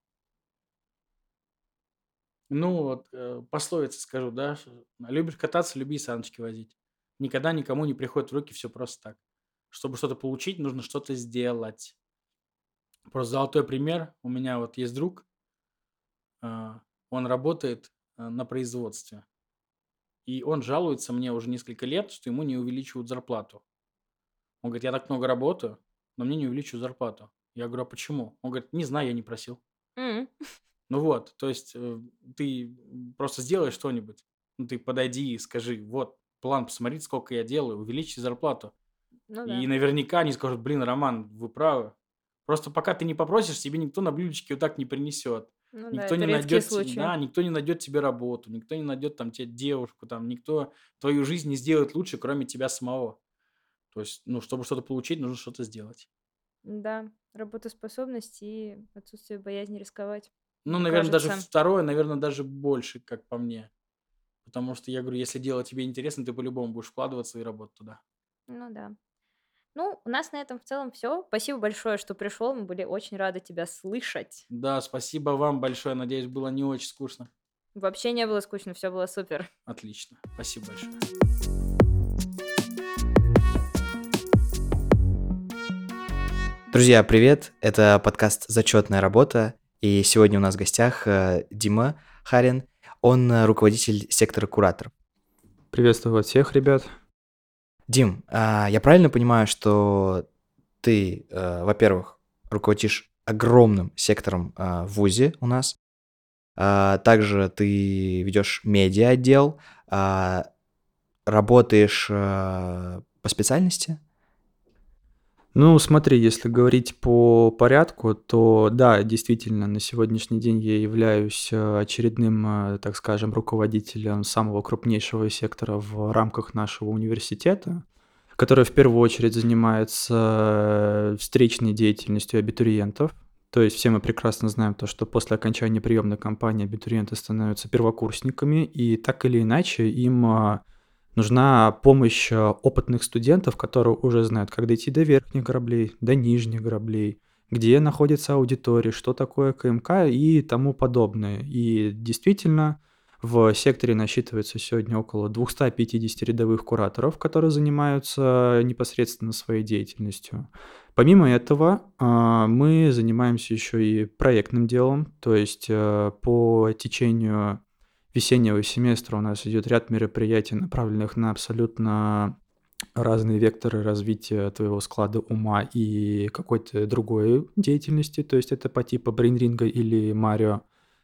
[SPEAKER 2] ну, вот э, пословица скажу, да, что любишь кататься, люби и саночки возить. Никогда никому не приходит в руки все просто так. Чтобы что-то получить, нужно что-то сделать. Просто золотой пример. У меня вот есть друг, а, он работает а, на производстве. И он жалуется мне уже несколько лет, что ему не увеличивают зарплату. Он говорит: "Я так много работаю, но мне не увеличивают зарплату". Я говорю: "А почему?" Он говорит: "Не знаю, я не просил".
[SPEAKER 1] М,
[SPEAKER 2] Ну вот, то есть, э, ты, м, просто сделай что-нибудь. Ну, ты подойди и скажи: "Вот план, посмотрите, сколько я делаю, увеличьте зарплату".
[SPEAKER 1] Ну
[SPEAKER 2] И
[SPEAKER 1] да,
[SPEAKER 2] наверняка они скажут: "Блин, Роман, вы правы". Просто пока ты не попросишь, тебе никто на блюдечке вот так не принесет.
[SPEAKER 1] ну да,
[SPEAKER 2] Никто
[SPEAKER 1] это
[SPEAKER 2] не
[SPEAKER 1] редкие
[SPEAKER 2] найдет, те
[SPEAKER 1] случаи.
[SPEAKER 2] да, никто не найдет тебе работу, никто не найдет там тебе девушку, там никто твою жизнь не сделает лучше, кроме тебя самого. То есть, ну, чтобы что-то получить, нужно что-то сделать.
[SPEAKER 1] Да, работоспособность и отсутствие боязни рисковать,
[SPEAKER 2] Ну,
[SPEAKER 1] мне
[SPEAKER 2] наверное, даже
[SPEAKER 1] кажется.
[SPEAKER 2] второе, наверное, даже больше, как по мне. Потому что я говорю, если дело тебе интересно, ты по-любому будешь вкладываться и работать туда.
[SPEAKER 1] Ну да. Ну, у нас на этом в целом все. Спасибо большое, что пришел. Мы были очень рады тебя слышать.
[SPEAKER 2] Да, спасибо вам большое. Надеюсь, было не очень скучно.
[SPEAKER 1] Вообще не было скучно, все было супер.
[SPEAKER 2] Отлично. Спасибо большое.
[SPEAKER 3] Друзья, привет! Это подкаст «Зачетная работа», и сегодня у нас в гостях э, Дима Харин. Он э, руководитель сектора кураторов.
[SPEAKER 4] Приветствую вас всех, ребят.
[SPEAKER 3] Дим, а, я правильно понимаю, что ты, э, во-первых, руководишь огромным сектором а, в ВУЗе у нас, а, также ты ведешь медиа-отдел, а, работаешь а, по специальности?
[SPEAKER 4] Ну, смотри, если говорить по порядку, то да, действительно, на сегодняшний день я являюсь э, очередным, э, так скажем, руководителем самого крупнейшего сектора в рамках нашего университета, который в первую очередь занимается э, встречной деятельностью абитуриентов. То есть все мы прекрасно знаем то, что после окончания приемной кампании абитуриенты становятся первокурсниками, и так или иначе им а, нужна помощь а, опытных студентов, которые уже знают, как дойти до верхних граблей, до нижних граблей, где находится аудитория, что такое КМК и тому подобное. И действительно, в секторе насчитывается сегодня около двести пятьдесят рядовых кураторов, которые занимаются непосредственно своей деятельностью. Помимо этого, а, мы занимаемся еще и проектным делом, то есть э, по течению весеннего семестра у нас идет ряд мероприятий, направленных на абсолютно разные векторы развития твоего склада ума и какой-то другой деятельности, то есть это по типу брейнринга или Марио.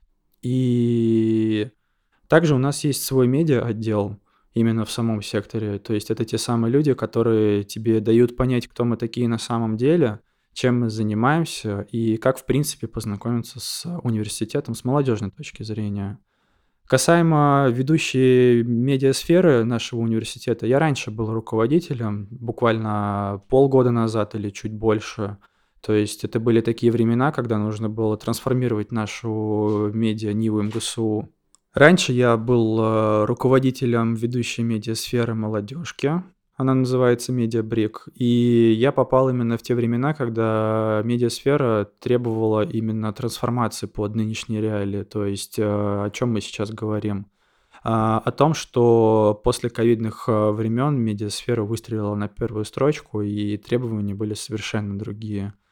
[SPEAKER 4] И также у нас есть свой медиа-отдел именно в самом секторе. То есть это те самые люди, которые тебе дают понять, кто мы такие на самом деле, чем мы занимаемся и как, в принципе, познакомиться с университетом с молодежной точки зрения. Касаемо ведущей медиасферы нашего университета, я раньше был руководителем, буквально полгода назад или чуть больше. То есть это были такие времена, когда нужно было трансформировать нашу медиа-ниву МГСУ. Раньше я был э, руководителем ведущей медиасферы молодежки. Она называется Медиабрик. И я попал именно в те времена, когда медиасфера требовала именно трансформации под нынешние реалии. То есть э, о чем мы сейчас говорим? А, О том, что после ковидных э, времен медиасфера выстрелила на первую строчку, и требования были совершенно другие.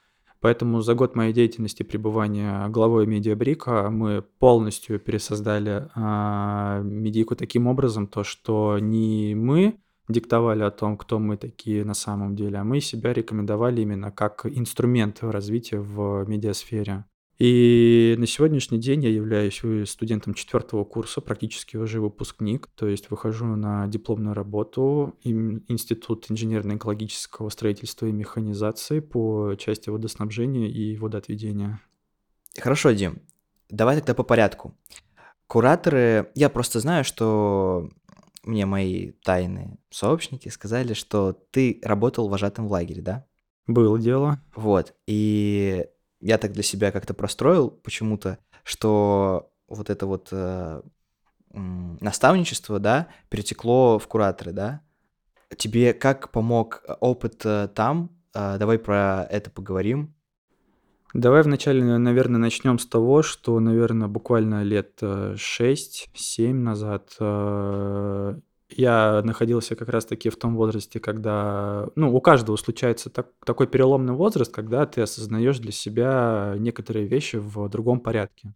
[SPEAKER 4] Поэтому за год моей деятельности пребывания главой Медиабрика мы полностью пересоздали а, медийку таким образом, то, что не мы диктовали о том, кто мы такие на самом деле, а мы себя рекомендовали именно как инструмент развития в медиасфере. И на сегодняшний день я являюсь э, студентом четвертого курса, практически уже выпускник, то есть выхожу на дипломную работу им- Институт инженерно-экологического строительства и механизации по части водоснабжения и водоотведения.
[SPEAKER 3] Хорошо, Дим, давай тогда по порядку. Кураторы, я просто знаю, что мне мои тайные сообщники сказали, что ты работал вожатым в лагере, да?
[SPEAKER 4] Было дело.
[SPEAKER 3] Вот, и я так для себя как-то простроил почему-то, что вот это вот э, м, наставничество, да, перетекло в кураторы, да? Тебе как помог э, опыт э, там? Э, Давай про это поговорим.
[SPEAKER 4] Давай вначале, наверное, начнем с того, что, наверное, буквально лет э, шесть-семь назад э, я находился как раз-таки в том возрасте, когда, ну, у каждого случается так- такой переломный возраст, когда ты осознаешь для себя некоторые вещи в другом порядке.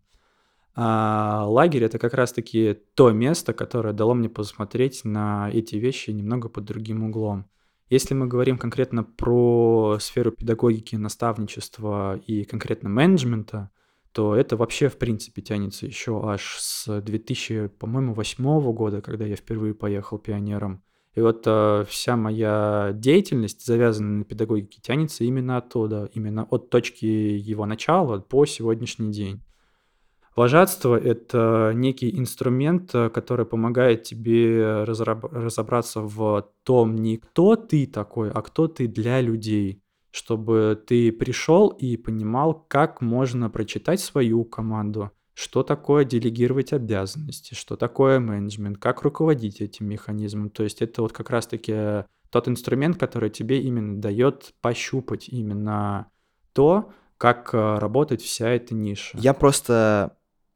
[SPEAKER 4] А лагерь — это как раз-таки то место, которое дало мне посмотреть на эти вещи немного под другим углом. Если мы говорим конкретно про сферу педагогики, наставничества и конкретно менеджмента, то это вообще, в принципе, тянется еще аж с две тысячи, по-моему, восьмого года, когда я впервые поехал пионером. И вот э, вся моя деятельность, завязанная на педагогике, тянется именно оттуда, именно от точки его начала по сегодняшний день. Вожатство — это некий инструмент, э, который помогает тебе разраб- разобраться в том, не кто ты такой, а кто ты для людей, чтобы ты пришел и понимал, как можно прочитать свою команду, что такое делегировать обязанности, что такое менеджмент, как руководить этим механизмом. То есть это вот как раз-таки э, тот инструмент, который тебе именно дает пощупать именно то, как э, работает вся эта ниша.
[SPEAKER 3] Я просто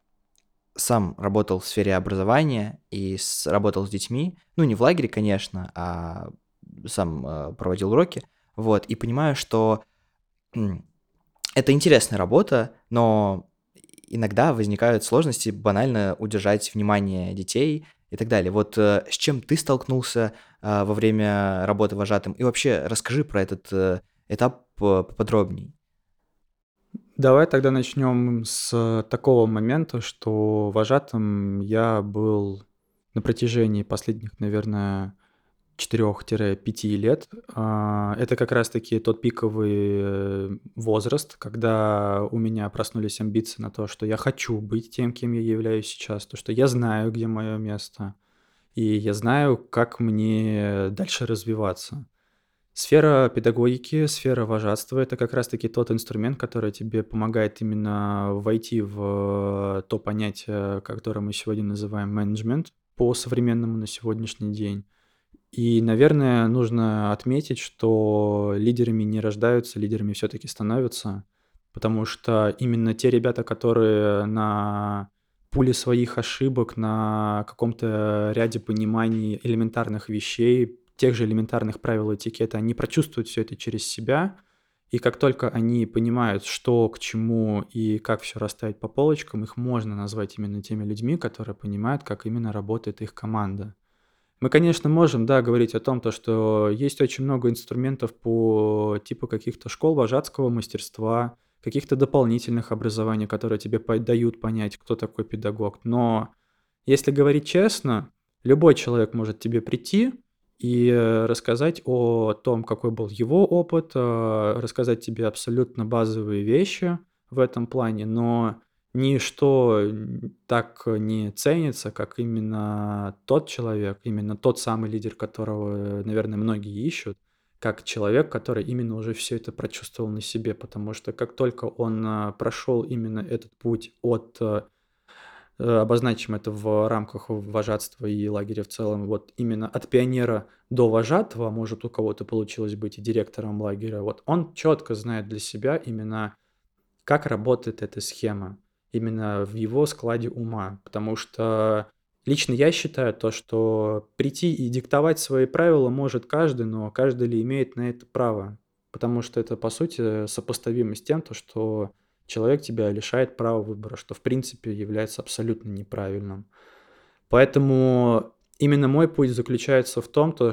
[SPEAKER 3] сам работал в сфере образования и с- работал с детьми. Ну, не в лагере, конечно, а сам э, проводил уроки. Вот, и понимаю, что м, это интересная работа, но иногда возникают сложности банально удержать внимание детей и так далее. Вот э, с чем ты столкнулся э, во время работы вожатым? И вообще расскажи про этот э, этап э, поподробней.
[SPEAKER 4] Давай тогда начнем с такого момента, что вожатым я был на протяжении последних, наверное, четырех-пяти лет. А, Это как раз-таки тот пиковый э, возраст, когда у меня проснулись амбиции на то, что я хочу быть тем, кем я являюсь сейчас, то, что я знаю, где мое место, и я знаю, как мне дальше развиваться. Сфера педагогики, сфера вожатства — это как раз-таки тот инструмент, который тебе помогает именно войти в то понятие, которое мы сегодня называем менеджмент, по-современному на сегодняшний день. И, наверное, нужно отметить, что лидерами не рождаются, лидерами все-таки становятся, потому что именно те ребята, которые на пуле своих ошибок, на каком-то ряде пониманий элементарных вещей, тех же элементарных правил этикета, они прочувствуют все это через себя, и как только они понимают, что к чему и как все расставить по полочкам, их можно назвать именно теми людьми, которые понимают, как именно работает их команда. Мы, конечно, можем, да, говорить о том, то, что есть очень много инструментов по типу каких-то школ вожатского мастерства, каких-то дополнительных образований, которые тебе по- дают понять, кто такой педагог. Но если говорить честно, любой человек может тебе прийти и э, рассказать о том, какой был его опыт, э, рассказать тебе абсолютно базовые вещи в этом плане, но ничто н- так не ценится, как именно тот человек, именно тот самый лидер, которого, наверное, многие ищут, как человек, который именно уже все это прочувствовал на себе, потому что как только он а, прошел именно этот путь от, э, э, обозначим это в рамках вожатства и лагеря в целом, вот именно от пионера до вожатого, а может у кого-то получилось быть и директором лагеря, вот он четко знает для себя именно как работает эта схема именно в его складе ума. Потому что лично я считаю то, что прийти и диктовать свои правила может каждый, но каждый ли имеет на это право? потому что это, по сути, сопоставимо с тем, то, что человек тебя лишает права выбора, что, в принципе, является абсолютно неправильным. Поэтому именно мой путь заключается в том, то,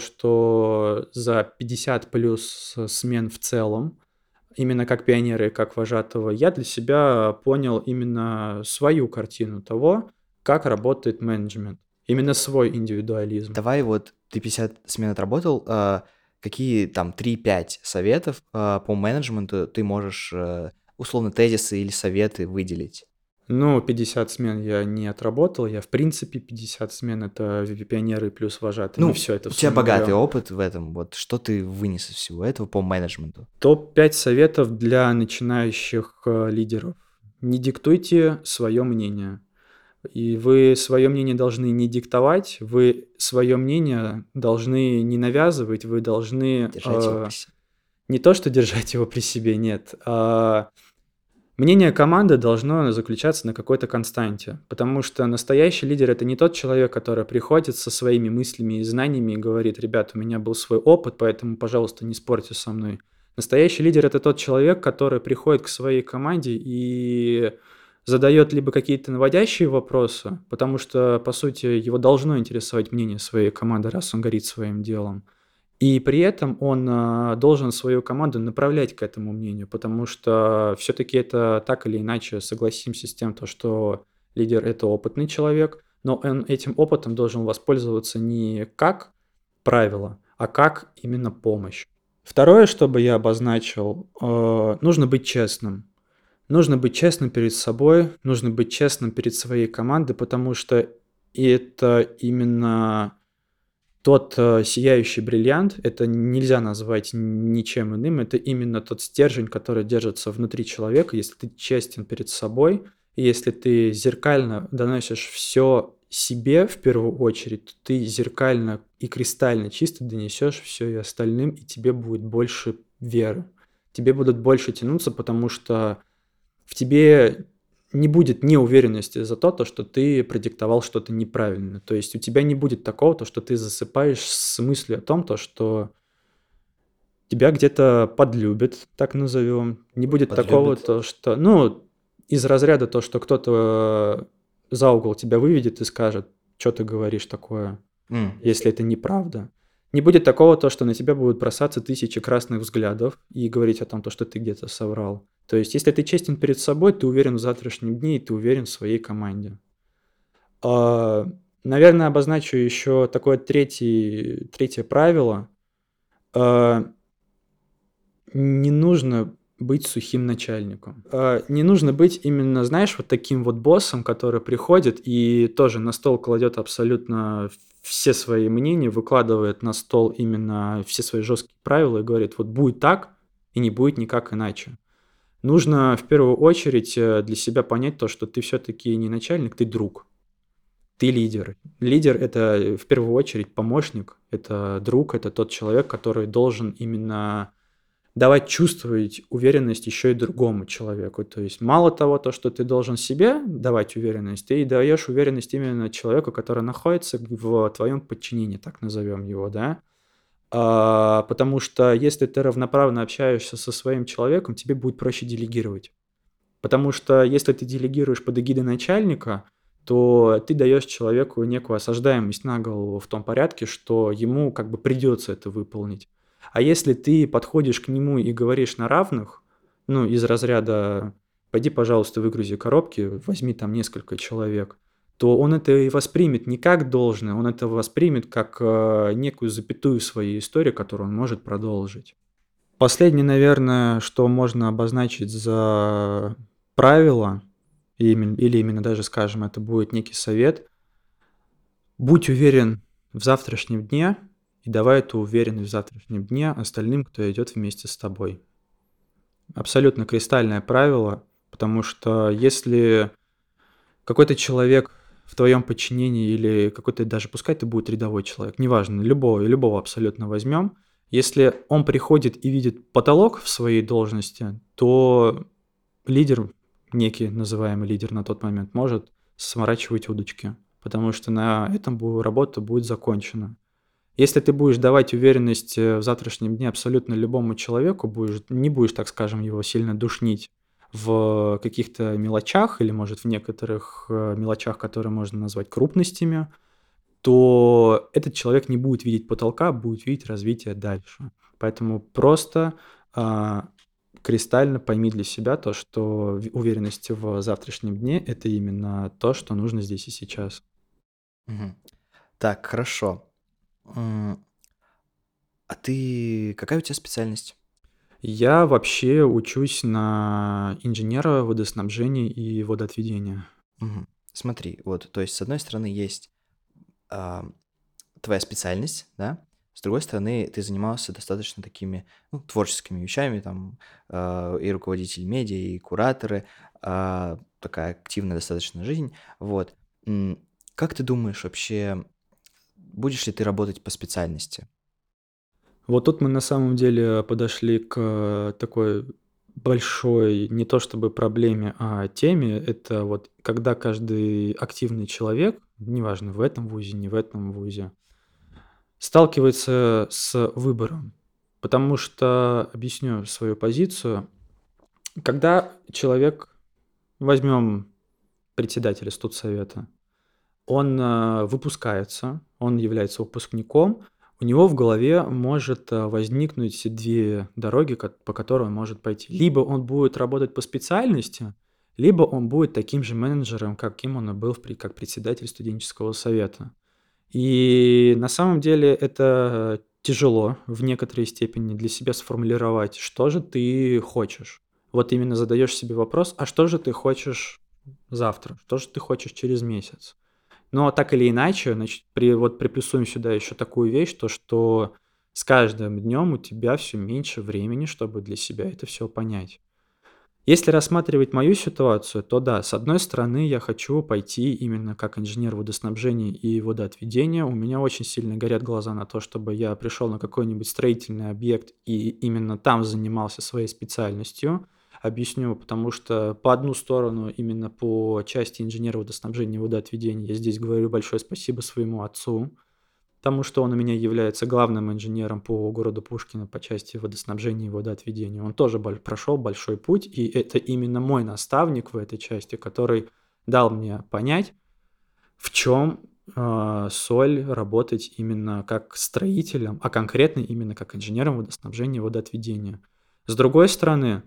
[SPEAKER 4] что за пятьдесят плюс смен в целом, именно как пионера и как вожатого, я для себя понял именно свою картину того, как работает менеджмент. Именно свой индивидуализм.
[SPEAKER 3] Давай вот ты пятьдесят смен отработал, а, какие там три-пять советов а, по менеджменту ты можешь, э, условно, тезисы или советы выделить?
[SPEAKER 4] Ну, пятьдесят смен я не отработал. Я, в принципе, пятьдесят смен — это пионеры плюс вожатые.
[SPEAKER 3] Ну,
[SPEAKER 4] Мы все это
[SPEAKER 3] у
[SPEAKER 4] в
[SPEAKER 3] тебя
[SPEAKER 4] сумму
[SPEAKER 3] богатый
[SPEAKER 4] берем.
[SPEAKER 3] опыт в этом. Вот что ты вынес из всего этого по менеджменту?
[SPEAKER 4] топ пять советов для начинающих э, лидеров. Не диктуйте свое мнение. И вы свое мнение должны не диктовать, вы свое мнение должны не навязывать, вы должны
[SPEAKER 3] Держать его
[SPEAKER 4] э,
[SPEAKER 3] при себе.
[SPEAKER 4] не то, что держать его при себе, нет, а мнение команды должно заключаться на какой-то константе, потому что настоящий лидер — это не тот человек, который приходит со своими мыслями и знаниями и говорит: ребят, у меня был свой опыт, поэтому, пожалуйста, не спорьте со мной. Настоящий лидер — это тот человек, который приходит к своей команде и задает либо какие-то наводящие вопросы, потому что, по сути, его должно интересовать мнение своей команды, раз он горит своим делом. И при этом он а, должен свою команду направлять к этому мнению, потому что все-таки это так или иначе, согласимся с тем, то, что лидер — это опытный человек, но он этим опытом должен воспользоваться не как правило, а как именно помощь. Второе, что бы я обозначил, э, нужно быть честным. Нужно быть честным перед собой, нужно быть честным перед своей командой, потому что это именно тот э, сияющий бриллиант, это нельзя назвать ничем иным, это именно тот стержень, который держится внутри человека. Если ты честен перед собой, и если ты зеркально доносишь все себе в первую очередь, то ты зеркально и кристально чисто донесешь все и остальным, и тебе будет больше веры. Тебе будут больше тянуться, потому что в тебе не будет неуверенности за то, то, что ты продиктовал что-то неправильно. То есть у тебя не будет такого, то, что ты засыпаешь с мыслью о том, то, что тебя где-то подлюбят, так назовем. Не будет такого,
[SPEAKER 3] Подлюбят.
[SPEAKER 4] то, что... Ну, из разряда то, что кто-то за угол тебя выведет и скажет, что ты говоришь такое,
[SPEAKER 3] М.
[SPEAKER 4] если это неправда. Не будет такого, то, что на тебя будут бросаться тысячи красных взглядов и говорить о том, то, что ты где-то соврал. То есть, если ты честен перед собой, ты уверен в завтрашнем дне, и ты уверен в своей команде. А, наверное, обозначу еще такое третье, третье правило. А, не нужно быть сухим начальником. А, не нужно быть именно, знаешь, вот таким вот боссом, который приходит и тоже на стол кладет абсолютно все свои мнения, выкладывает на стол именно все свои жесткие правила и говорит: вот будет так и не будет никак иначе. Нужно в первую очередь э, для себя понять то, что ты все-таки не начальник, ты друг, ты лидер. Лидер — это э, в первую очередь помощник, это друг, это тот человек, который должен именно давать чувствовать уверенность еще и другому человеку. То есть мало того, то, что ты должен себе давать уверенность, ты и даешь уверенность именно человеку, который находится в твоем подчинении, так назовем его, да. А, потому что если ты равноправно общаешься со своим человеком, тебе будет проще делегировать. Потому что если ты делегируешь под эгидой начальника, то ты даешь человеку некую осаждаемость на голову в том порядке, что ему как бы придется это выполнить. А если ты подходишь к нему и говоришь на равных, ну, из разряда «пойди, пожалуйста, выгрузи коробки, возьми там несколько человек», то он это и воспримет не как должное, он это воспримет как э, некую запятую в своей истории, которую он может продолжить. Последнее, наверное, что можно обозначить за правило, и именно- или именно даже, скажем, это будет некий совет. Будь уверен в завтрашнем дне и давай эту уверенность в завтрашнем дне остальным, кто идет вместе с тобой. Абсолютно кристальное правило, потому что если какой-то человек в твоем подчинении или какой-то даже, пускай это будет рядовой человек, неважно, любого, любого абсолютно возьмем, если он приходит и видит потолок в своей должности, то лидер, некий называемый лидер на тот момент, может сворачивать удочки, потому что на этом бу- работа будет закончена. Если ты будешь давать уверенность э, в завтрашнем дне абсолютно любому человеку, будешь, не будешь, так скажем, его сильно душнить в каких-то мелочах или, может, в некоторых э, мелочах, которые можно назвать крупностями, то этот человек не будет видеть потолка, будет видеть развитие дальше. Поэтому просто а, кристально пойми для себя то, что в- уверенность в завтрашнем дне — это именно то, что нужно здесь и сейчас.
[SPEAKER 3] Мгм. Так, хорошо. М, А ты... Какая у тебя специальность?
[SPEAKER 4] Я вообще учусь на инженера водоснабжения и водоотведения.
[SPEAKER 3] Мгм. Смотри, вот, то есть, с одной стороны, есть а, твоя специальность, да, с другой стороны, ты занимался достаточно такими, ну, творческими вещами, там, а, и руководитель медиа, и кураторы, а, такая активная достаточно жизнь, вот. М, Как ты думаешь вообще, будешь ли ты работать по специальности?
[SPEAKER 4] Вот тут мы на самом деле подошли к такой большой, не то чтобы проблеме, а теме. Это вот когда каждый активный человек, неважно, в этом вузе, не в этом вузе, сталкивается с выбором. Потому что, объясню свою позицию, когда человек, возьмем председателя студсовета, он э, выпускается, он является выпускником, у него в голове может э, возникнуть две дороги, ко- по которым он может пойти. Либо он будет работать по специальности, либо он будет таким же менеджером, каким он и был в при- как председатель студенческого совета. И на самом деле это тяжело в некоторой степени для себя сформулировать, что же ты хочешь. Вот именно задаешь себе вопрос, а что же ты хочешь завтра, что же ты хочешь через месяц. Но так или иначе, значит, при, вот приплюсуем сюда еще такую вещь, то что с каждым днем у тебя все меньше времени, чтобы для себя это все понять. Если рассматривать мою ситуацию, то да, с одной стороны, я хочу пойти именно как инженер водоснабжения и водоотведения. У меня очень сильно горят глаза на то, чтобы я пришел на какой-нибудь строительный объект и именно там занимался своей специальностью. Объясню, потому что по одну сторону, именно по части инженера водоснабжения и водоотведения, я здесь говорю большое спасибо своему отцу, потому что он у меня является главным инженером по городу Пушкино по части водоснабжения и водоотведения. Он тоже боль- прошел большой путь, и это именно мой наставник в этой части, который дал мне понять, в чем э, соль работать именно как строителем, а конкретно именно как инженером водоснабжения и водоотведения. С другой стороны,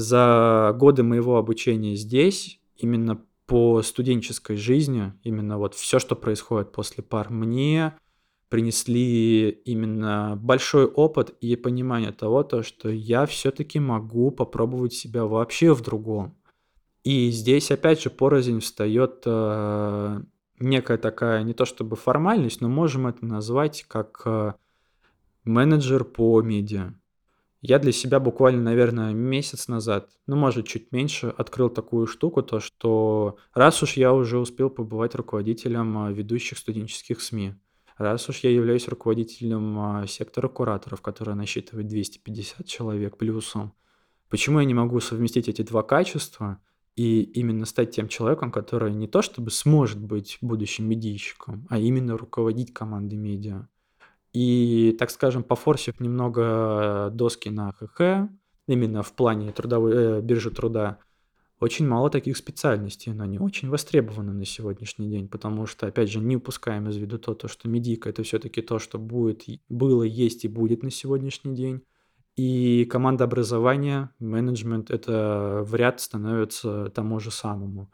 [SPEAKER 4] за годы моего обучения здесь, именно по студенческой жизни, именно вот все, что происходит после пар, мне принесли именно большой опыт и понимание того, то, что я все-таки могу попробовать себя вообще в другом. И здесь опять же порознь встает э, некая такая, не то чтобы формальность, но можем это назвать как э, менеджер по медиа. Я для себя буквально, наверное, месяц назад, ну, может, чуть меньше, открыл такую штуку, то что раз уж я уже успел побывать руководителем а, ведущих студенческих СМИ, раз уж я являюсь руководителем а, сектора кураторов, который насчитывает двести пятьдесят человек плюсом, почему я не могу совместить эти два качества и именно стать тем человеком, который не то чтобы сможет быть будущим медийщиком, а именно руководить командой медиа? И, так скажем, пофорсив немного доски на ХХ, именно в плане трудовой, э, биржи труда, очень мало таких специальностей, но они очень востребованы на сегодняшний день, потому что, опять же, не упускаем из виду то, то что медийка — это все-таки то, что будет, и- было, есть и будет на сегодняшний день. И команда образования, менеджмент — это в ряд становится тому же самому.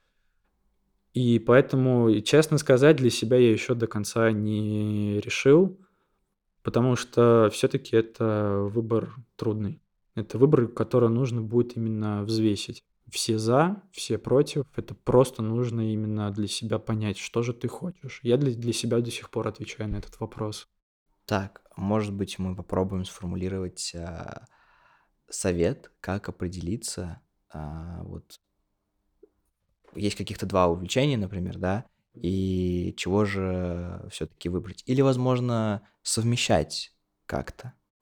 [SPEAKER 4] И поэтому, и честно сказать, для себя я еще до конца не решил, потому что все-таки это выбор трудный. Это выбор, который нужно будет именно взвесить. Все за, все против. Это просто нужно именно для себя понять, что же ты хочешь. Я для, для себя до сих пор отвечаю на этот вопрос.
[SPEAKER 3] Так, может быть, мы попробуем сформулировать а, совет, как определиться. а, вот есть каких-то два увлечения, например, да, и чего же все-таки выбрать? Или, возможно, совмещать как-то.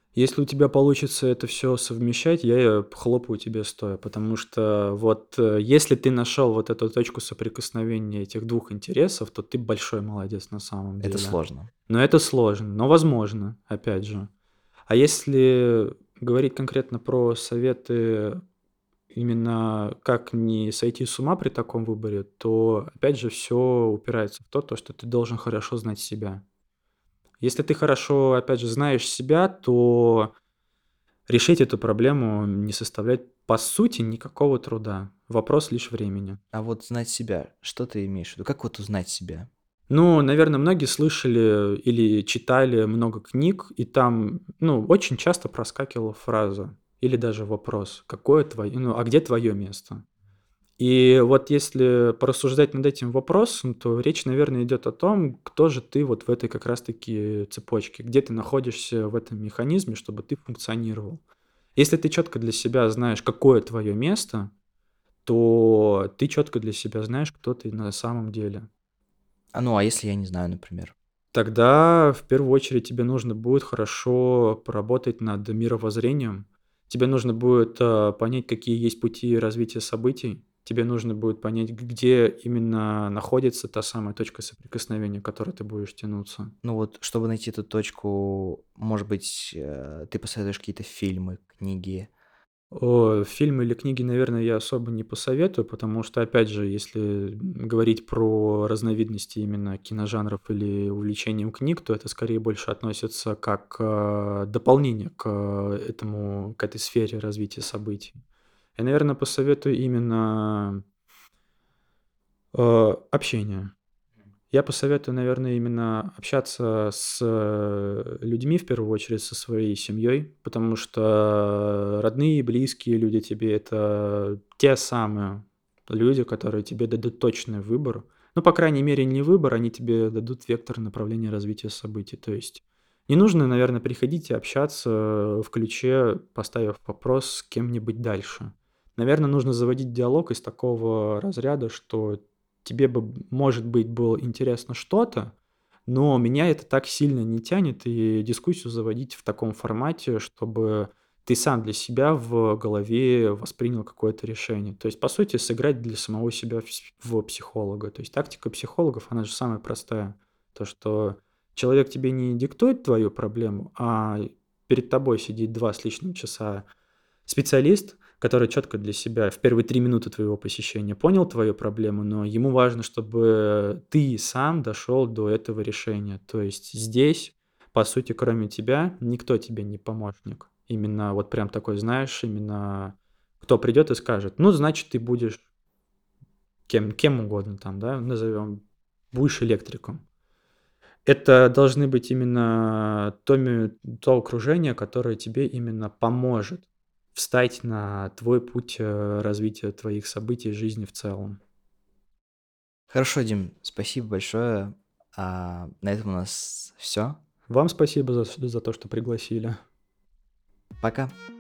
[SPEAKER 4] Если у тебя получится это все совмещать, я хлопаю тебе стоя, потому что вот э, если ты нашел вот эту точку соприкосновения этих двух интересов, то ты большой молодец на самом
[SPEAKER 3] Это
[SPEAKER 4] деле.
[SPEAKER 3] сложно.
[SPEAKER 4] Но это сложно, но возможно, опять же. А если говорить конкретно про советы именно как не сойти с ума при таком выборе, то опять же все упирается в то, то, что ты должен хорошо знать себя. Если ты хорошо, опять же, знаешь себя, то решить эту проблему не составляет, по сути, никакого труда. Вопрос лишь времени.
[SPEAKER 3] А вот знать себя, что ты имеешь в виду? Как вот узнать себя?
[SPEAKER 4] Ну, наверное, многие слышали или читали много книг, и там, ну, очень часто проскакивала фраза или даже вопрос: "Какое твое, ну, а где твое место?" И вот если порассуждать над этим вопросом, то речь, наверное, идет о том, кто же ты вот в этой как раз-таки цепочке, где ты находишься в этом механизме, чтобы ты функционировал. Если ты четко для себя знаешь, какое твое место, то ты четко для себя знаешь, кто ты на самом деле.
[SPEAKER 3] А ну, а если я не знаю, например?
[SPEAKER 4] Тогда в первую очередь тебе нужно будет хорошо поработать над мировоззрением. Тебе нужно будет э, понять, какие есть пути развития событий. Тебе нужно будет понять, где именно находится та самая точка соприкосновения, к которой ты будешь тянуться.
[SPEAKER 3] Ну вот, чтобы найти эту точку, может быть, э, ты посоветуешь какие-то фильмы, книги?
[SPEAKER 4] О, фильмы или книги, наверное, я особо не посоветую, потому что, опять же, если говорить про разновидности именно киножанров или увлечением книг, то это скорее больше относится как э, дополнение к э, этому, к этой сфере развития событий. Я, наверное, посоветую именно э, общение. Я посоветую, наверное, именно общаться с э, людьми, в первую очередь со своей семьей, потому что родные и близкие люди тебе — это те самые люди, которые тебе дадут точный выбор. Ну, по крайней мере, не выбор, они тебе дадут вектор направления развития событий. То есть не нужно, наверное, приходить и общаться в ключе, поставив вопрос с кем-нибудь дальше. Наверное, нужно заводить диалог из такого разряда, что тебе бы, может быть, было интересно что-то, но меня это так сильно не тянет, и дискуссию заводить в таком формате, чтобы ты сам для себя в голове воспринял какое-то решение. То есть, по сути, сыграть для самого себя в пс- в психолога. То есть тактика психологов, она же самая простая. То, что человек тебе не диктует твою проблему, а перед тобой сидит два с лишним часа специалист, который четко для себя в первые три минуты твоего посещения понял твою проблему, но ему важно, чтобы ты сам дошел до этого решения. То есть здесь, по сути, кроме тебя, никто тебе не помощник. Именно вот прям такой, знаешь, именно кто придет и скажет: "Ну, значит, ты будешь кем кем угодно там, да, назовем, будешь электриком". Это должны быть именно то ме то окружение, которое тебе именно поможет встать на твой путь, э, развития твоих событий, жизни в целом.
[SPEAKER 3] Хорошо, Дим, спасибо большое. А, на этом у нас все.
[SPEAKER 4] Вам спасибо за за то, что пригласили.
[SPEAKER 3] Пока.